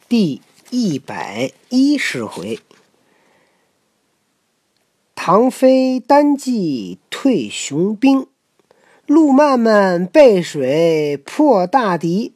第110回，唐飞单骑退雄兵，陆漫漫背水破大敌。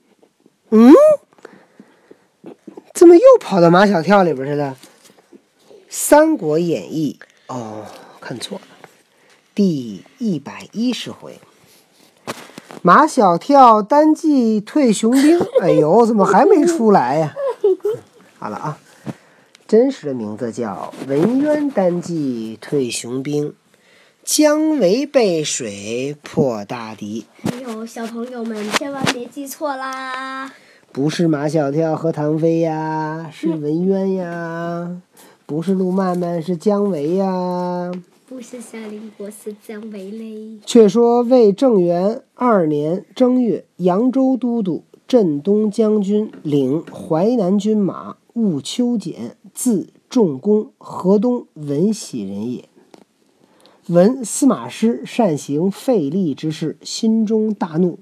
怎么又跑到马小跳里边去了？三国演义看错了。第110回，马小跳单骑退雄兵。哎呦，怎么还没出来呀？好了啊，真实的名字叫文渊单骑退雄兵，姜维背水破大敌。 还有小朋友们千万别记错啦， 不是马小跳和唐飞呀，是文渊呀。不是陆漫漫，是姜维呀。 不是夏林国，是姜维嘞。 却说魏正元2年正月，扬州都督镇东将军领淮南军马务秋俭，字仲弓，河东闻喜人也。闻司马师擅行废吏之事，心中大怒。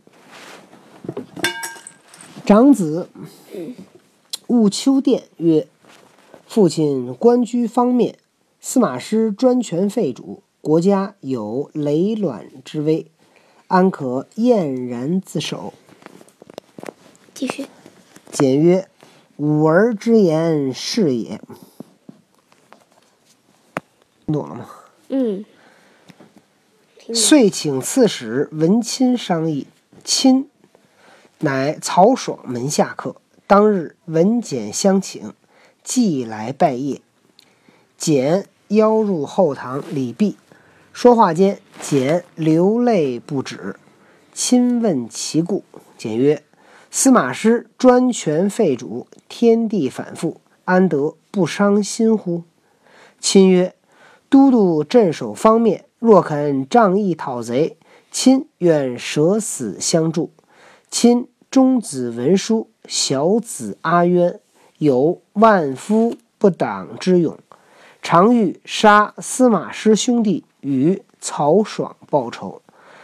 长子务秋殿曰：父亲官居方面，司马师专权废主，国家有累卵之危，安可晏然自守？ 继续。 简曰：吾儿之言是也。听懂了吗？遂请刺史文钦商议，钦乃曹爽门下客。当日文简相请，即来拜谒。简邀入后堂礼毕，说话间，简流泪不止。钦问其故，简曰：司马师专权废主，天地反复，安得不伤心乎？钦曰：都督镇守方面，若肯仗义讨贼，钦愿舍死相助。钦中子文书，小子阿渊，有万夫不挡之勇，常欲杀司马师兄弟，与曹爽报仇，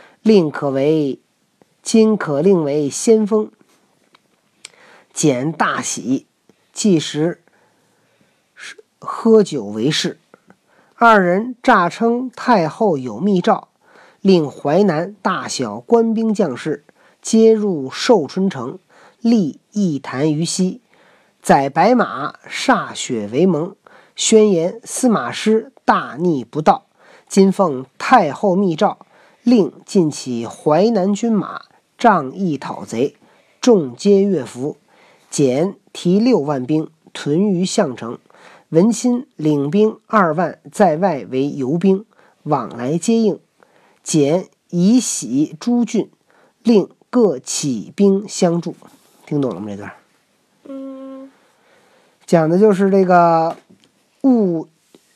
今可令为先锋。简大喜，即时喝酒为誓。二人诈称太后有密诏，令淮南大小官兵将士皆入寿春城，立一坛于西，载白马歃血为盟，宣言司马师大逆不道，今奉太后密诏，令尽起淮南军马，仗义讨贼，众皆乐服。简提6万兵屯于项城，文钦领兵2万在外为游兵，往来接应。简以喜诸郡，令各起兵相助。听懂了吗？这段讲的就是这个务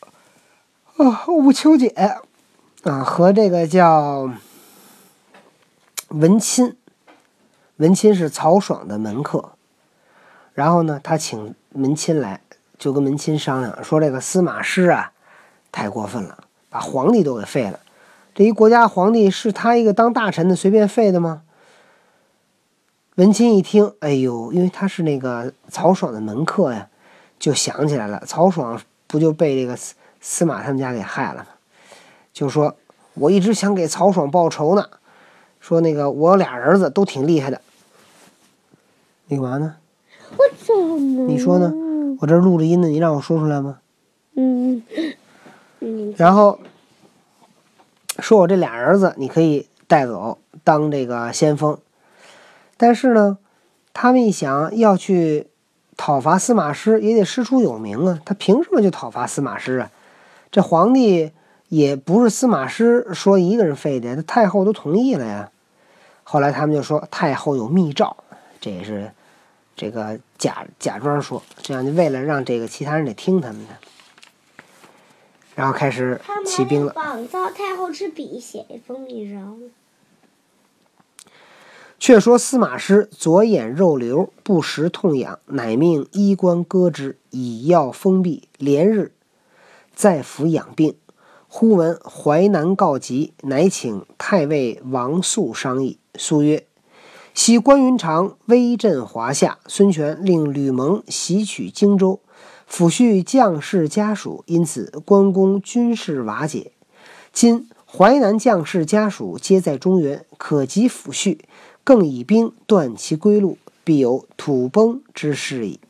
秋俭和这个叫文钦。文钦是曹爽的门客，然后呢，他请文钦来，就跟文钦商量说，这个司马师啊太过分了，把皇帝都给废了。这一国家皇帝是他一个当大臣的随便废的吗？文钦一听，哎呦，因为他是那个曹爽的门客呀，就想起来了，曹爽不就被这个司马他们家给害了吗？就说我一直想给曹爽报仇呢，说那个我有俩儿子都挺厉害的。你干嘛呢？ 我怎么？ 你说呢？我这录着音呢，你让我说出来吗？然后说我这俩儿子你可以带走当这个先锋，但是呢，他们一想要去讨伐司马师，也得师出有名啊，他凭什么就讨伐司马师啊？这皇帝也不是司马师说一个人废的，这太后都同意了呀。后来他们就说太后有密诏，这也是这个假装说，这样就为了让这个其他人得听他们的，然后开始起兵了。 绑造太后之笔，写一封密诏。 却说司马师左眼肉瘤，不时痛痒，乃命医官割之，以药封闭，连日在府养病。忽闻淮南告急，乃请太尉王肃商议。肃曰： 昔关云长威震华夏，孙权令吕蒙袭取荆州，抚恤将士家属，因此关公军事瓦解。今淮南将士家属皆在中原，可及抚恤，更以兵断其归路，必有土崩之势矣。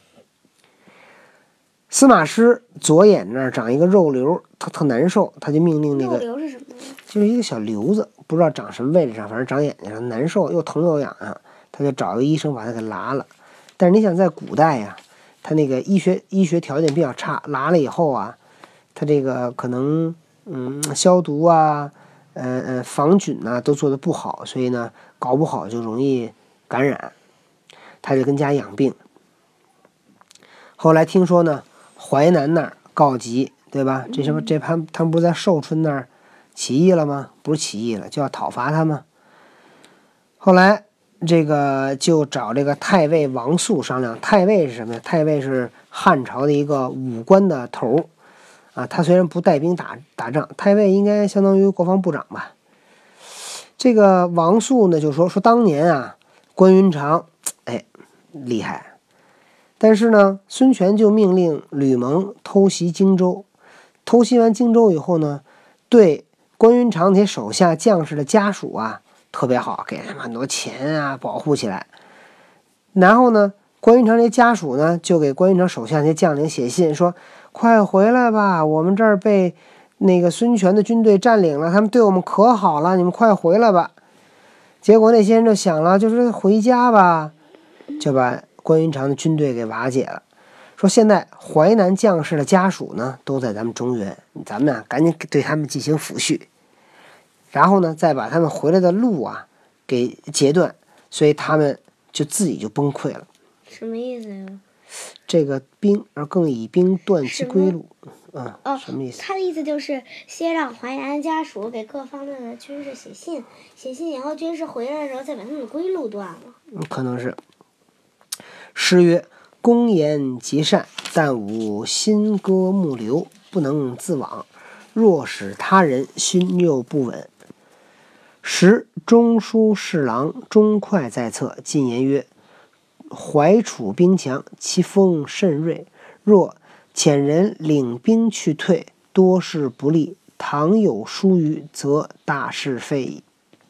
司马师左眼那儿长一个肉瘤，他特难受，他就命令那个肉瘤是什么呢？ 就是一个小瘤子，不知道长什么位置上，反正长眼睛上，难受又疼又痒啊，他就找一个医生把它给拉了。但是你想在古代呀，他那个医学条件比较差，拉了以后啊，他这个可能消毒啊，防菌呐、都做得不好，所以呢搞不好就容易感染，他就跟家养病。后来听说呢，淮南那儿告急，对吧？他们不是在寿春那儿起义了吗？不是起义了，就要讨伐他们。后来这个就找这个太尉王肃商量。太尉是什么呀？太尉是汉朝的一个武官的头啊。他虽然不带兵打仗，太尉应该相当于国防部长吧。这个王肃呢就说当年啊，关云长厉害。但是呢，孙权就命令吕蒙偷袭荆州。偷袭完荆州以后呢，对关云长那些手下将士的家属啊特别好，给他们很多钱啊，保护起来。然后呢，关云长这些家属呢，就给关云长手下那些将领写信说：“快回来吧，我们这儿被那个孙权的军队占领了，他们对我们可好了，你们快回来吧。”结果那些人就想了，就是回家吧，就把关云长的军队给瓦解了。说现在淮南将士的家属呢都在咱们中原，咱们啊赶紧对他们进行抚恤，然后呢再把他们回来的路啊给截断，所以他们就自己就崩溃了。 什么意思呀？ 这个兵而更以兵断其归路，什么意思？ 他的意思就是先让淮南家属给各方面的军士写信，以后军士回来的时候再把他们的归路断了。 可能是。诗曰：“公言极善，但吾心歌目流，不能自往。若使他人，心又不稳。”时中书侍郎钟会在侧，进言曰：“淮楚兵强，其锋甚锐。若遣人领兵去退，多事不利。倘有疏虞，则大事废矣。”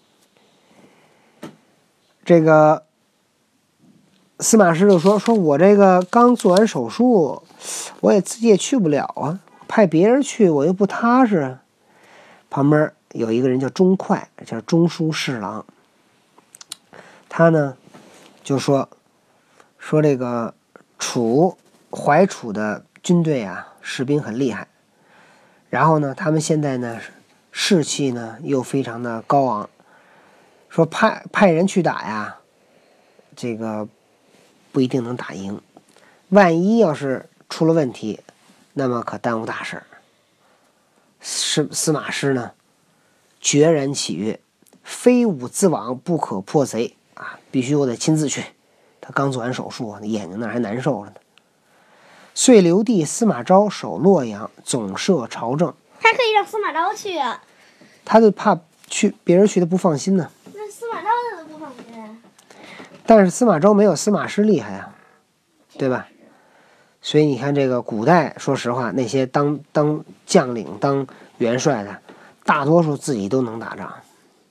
这个司马师就说我这个刚做完手术，我自己也去不了啊，派别人去我又不踏实啊。旁边有一个人叫钟会，叫中书侍郎，他呢就说这个淮楚的军队啊，士兵很厉害，然后呢他们现在呢士气呢又非常的高昂，说派人去打呀，这个不一定能打赢，万一要是出了问题，那么可耽误大事儿。司马师呢决然起曰：“非吾自往，不可破贼啊！必须我得亲自去。”他刚做完手术，眼睛那还难受了呢。遂留弟司马昭守洛阳，总摄朝政。 他可以让司马昭去啊， 他就怕别人去的不放心呢。 那司马昭他都不放心。 但是司马昭没有司马师厉害啊，对吧？所以你看这个古代，说实话，那些当将领、当元帅的，大多数自己都能打仗。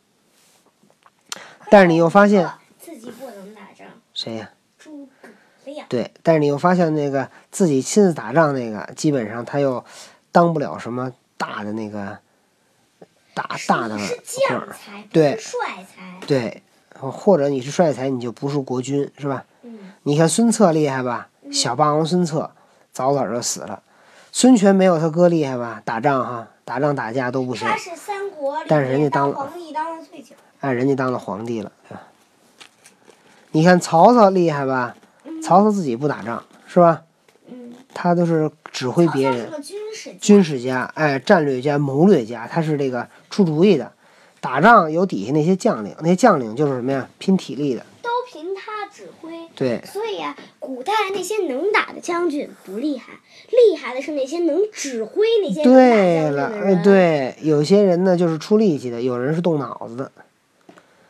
但是你又发现自己不能打仗。 谁呀？ 诸葛亮。 对，但是你又发现那个自己亲自打仗那个，基本上他又当不了什么大的那个大的是将才， 对， 不是帅才。 对，或者你是帅才，你就不是国君，是吧？你看孙策厉害吧？小霸王孙策早就死了。孙权没有他哥厉害吧？打仗打架都不行。 他是三国里面但是人家当皇帝当的最久。 人家当了皇帝了，对吧？你看曹操厉害吧？曹操自己不打仗，是吧？他都是指挥别人。 曹操是个军事家，战略家、谋略家，他是这个出主意的。打仗有底下那些将领，那些将领就是什么呀？拼体力的。 都凭他指挥。 对。 所以啊，古代那些能打的将军不厉害，厉害的是那些能指挥那些能打将军的人。 对，有些人呢就是出力气的，有人是动脑子的。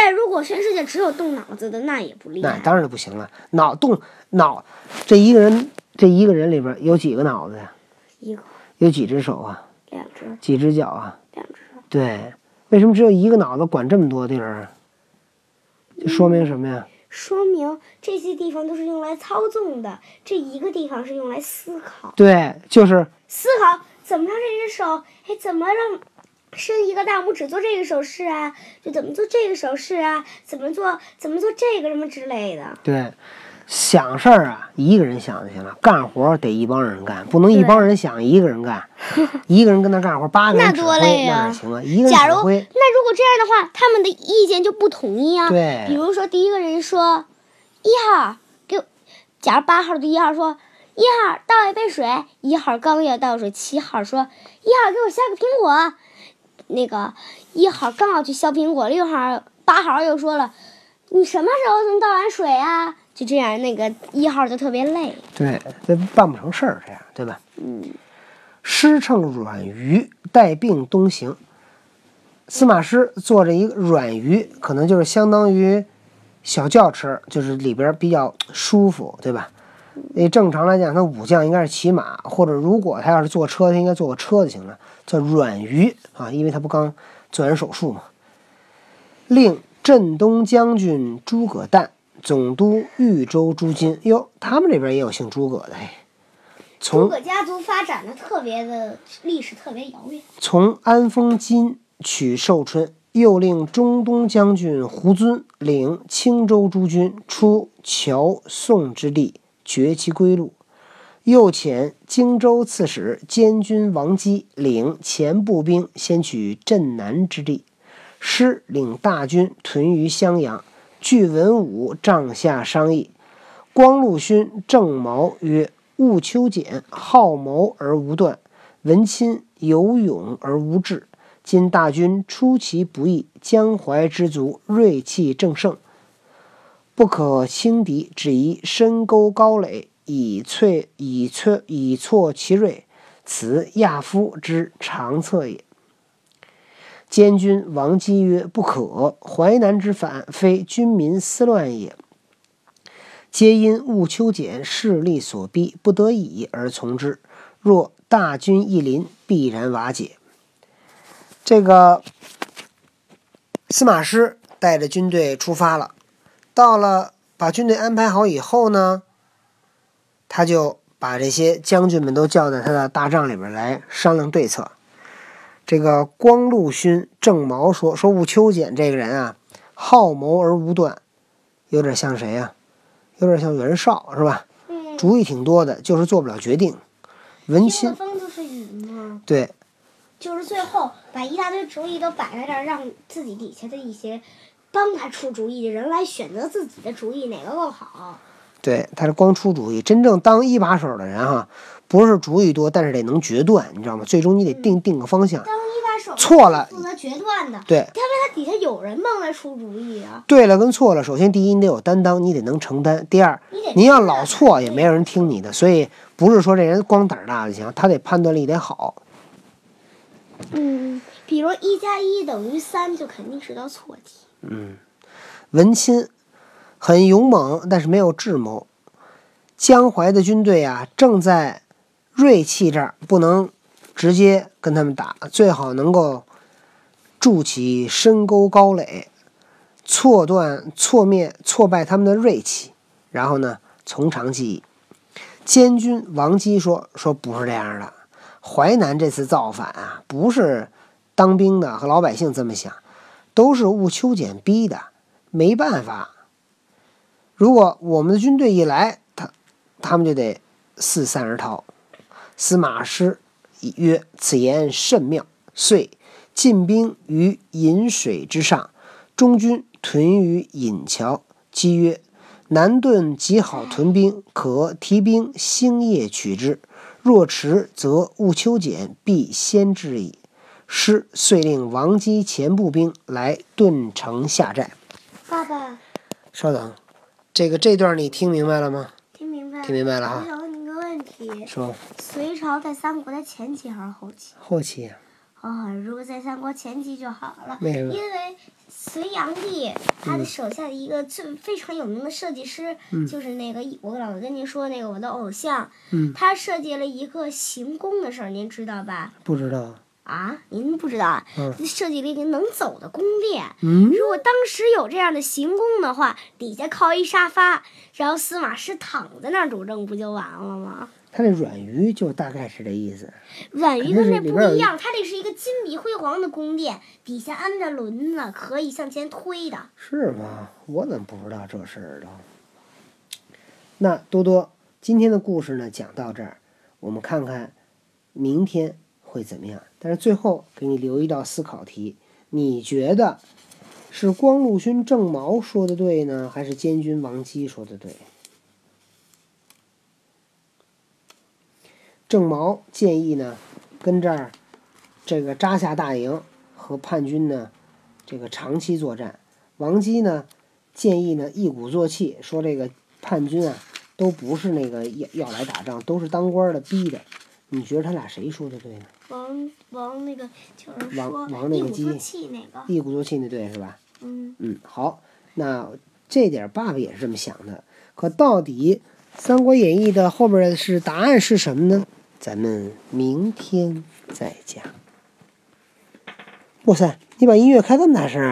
但如果全世界只有动脑子的，那也不厉害。 那当然不行了。脑，这一个人里边有几个脑子呀？ 一个。 有几只手啊？ 两只。 几只脚啊？ 两只。 对，为什么只有一个脑子管这么多地儿啊？这说明什么呀？ 说明这些地方都是用来操纵的，这一个地方是用来思考。 对，就是思考怎么让这只手，怎么让伸一个大拇指做这个手势啊？就怎么做这个手势啊？怎么做这个什么之类的。 对，想事儿啊，一个人想就行了，干活得一帮人干，不能一帮人想一个人干。一个人跟那干活，8个人指挥，那哪行啊？一个人指挥。 那如果这样的话，他们的意见就不统一啊。 对。 比如说，第一个人说：“1号给我。”假如8号的1号说：“1号倒一杯水。”1号刚要倒水，7号说：“1号给我削个苹果。”那个1号刚要去削苹果，8号又说了：“你什么时候能倒完水啊？”就这样，那个1号就特别累。 对，这办不成事儿，这样对吧？师乘软鱼，带病东行。司马师坐着一个软鱼，可能就是相当于小轿车，就是里边比较舒服，对吧？那正常来讲，他武将应该是骑马，或者如果他要是坐车，他应该坐个车就行了，叫软鱼啊，因为他不刚做完手术嘛。令镇东将军诸葛诞，总督豫州诸军。哟，他们这边也有姓诸葛的嘿。 诸葛家族发展的特别的历史特别遥远。 从安丰津取寿春，又令中东将军胡遵领青州诸军出乔宋之地，绝其归路。又遣荆州刺史监军王基领前步兵先取镇南之地。师领大军屯于襄阳，据文武帐下商议。光禄勋郑毛曰：“务秋俭，好谋而无断；文钦有勇而无志。今大军出其不意，江淮之卒锐气正盛，不可轻敌，只宜深沟高垒，以挫其锐。此亚夫之长策也。”监军王基曰：“不可，淮南之反，非军民私乱也，皆因务秋俭势力所逼，不得已而从之。若大军一临，必然瓦解。”这个司马师带着军队出发了，到了把军队安排好以后呢，他就把这些将军们都叫在他的大帐里边来商量对策。这个光禄勋郑毛说务秋俭这个人啊，好谋而无断，有点像谁啊？有点像袁绍是吧？主意挺多的，就是做不了决定。文钦风就是雨嘛。 对， 就是最后把一大堆主意都摆在这儿，让自己底下的一些帮他出主意的人来选择自己的主意哪个更好。 对，他是光出主意，真正当一把手的人哈，不是主意多，但是得能决断，你知道吗？最终你得定个方向。 当一把手错了负责决断的， 对， 因为他底下有人帮他出主意啊。 对了跟错了，首先第一你得有担当，你得能承担；第二，你要老错也没有人听你的，所以不是说这人光胆儿大就行，他得判断力得好。 比如1+1=3，就肯定是道错题。 文钦很勇猛，但是没有智谋。江淮的军队啊，正在锐气这儿，不能直接跟他们打，最好能够筑起深沟高垒，挫败他们的锐气，然后呢，从长计议。监军王基说不是这样的，淮南这次造反啊，不是当兵的和老百姓这么想，都是务秋俭逼的，没办法。如果我们的军队一来，他们就得四散而逃。司马师曰：“此言甚妙。”遂进兵于饮水之上，中军屯于引桥。基曰：“南顿极好屯兵，可提兵星夜取之。若迟，则务秋俭必先至矣。”师遂令王基前步兵来顿城下寨。 爸爸， 稍等，这段你听明白了吗？听明白了哈。 我想问你个问题。 说。 隋朝在三国的前期还是后期？ 后期啊。 如果在三国前期就好了， 为什么？ 因为隋炀帝他的手下的一个非常有名的设计师，就是那个我老跟您说那个我的偶像，他设计了一个行宫的事儿，您知道吧？ 不知道。 啊，您不知道？设计了一个能走的宫殿。如果当时有这样的行宫的话，底下靠一沙发，然后司马师躺在那儿主政，不就完了吗？ 他这阮鱼就大概是这意思。 阮鱼跟这不一样，它这是一个金碧辉煌的宫殿，底下安着轮子，可以向前推的。 是吗？我怎么不知道这事儿了？那多多，今天的故事呢讲到这儿，我们看看明天会怎么样。但是最后给你留一道思考题，你觉得是光禄勋郑毛说的对呢，还是监军王姬说的对？郑毛建议呢，跟这儿这个扎下大营，和叛军呢这个长期作战。王姬呢建议呢一鼓作气，说这个叛军啊都不是那个要来打仗，都是当官的逼的。你觉得他俩谁说的对呢？ 王那个就是说王那个姬，一鼓作气那对是吧？好，那这点爸爸也是这么想的。可到底《三国演义》的后边的是答案是什么呢？咱们明天再讲。哇塞，你把音乐开这么大声啊！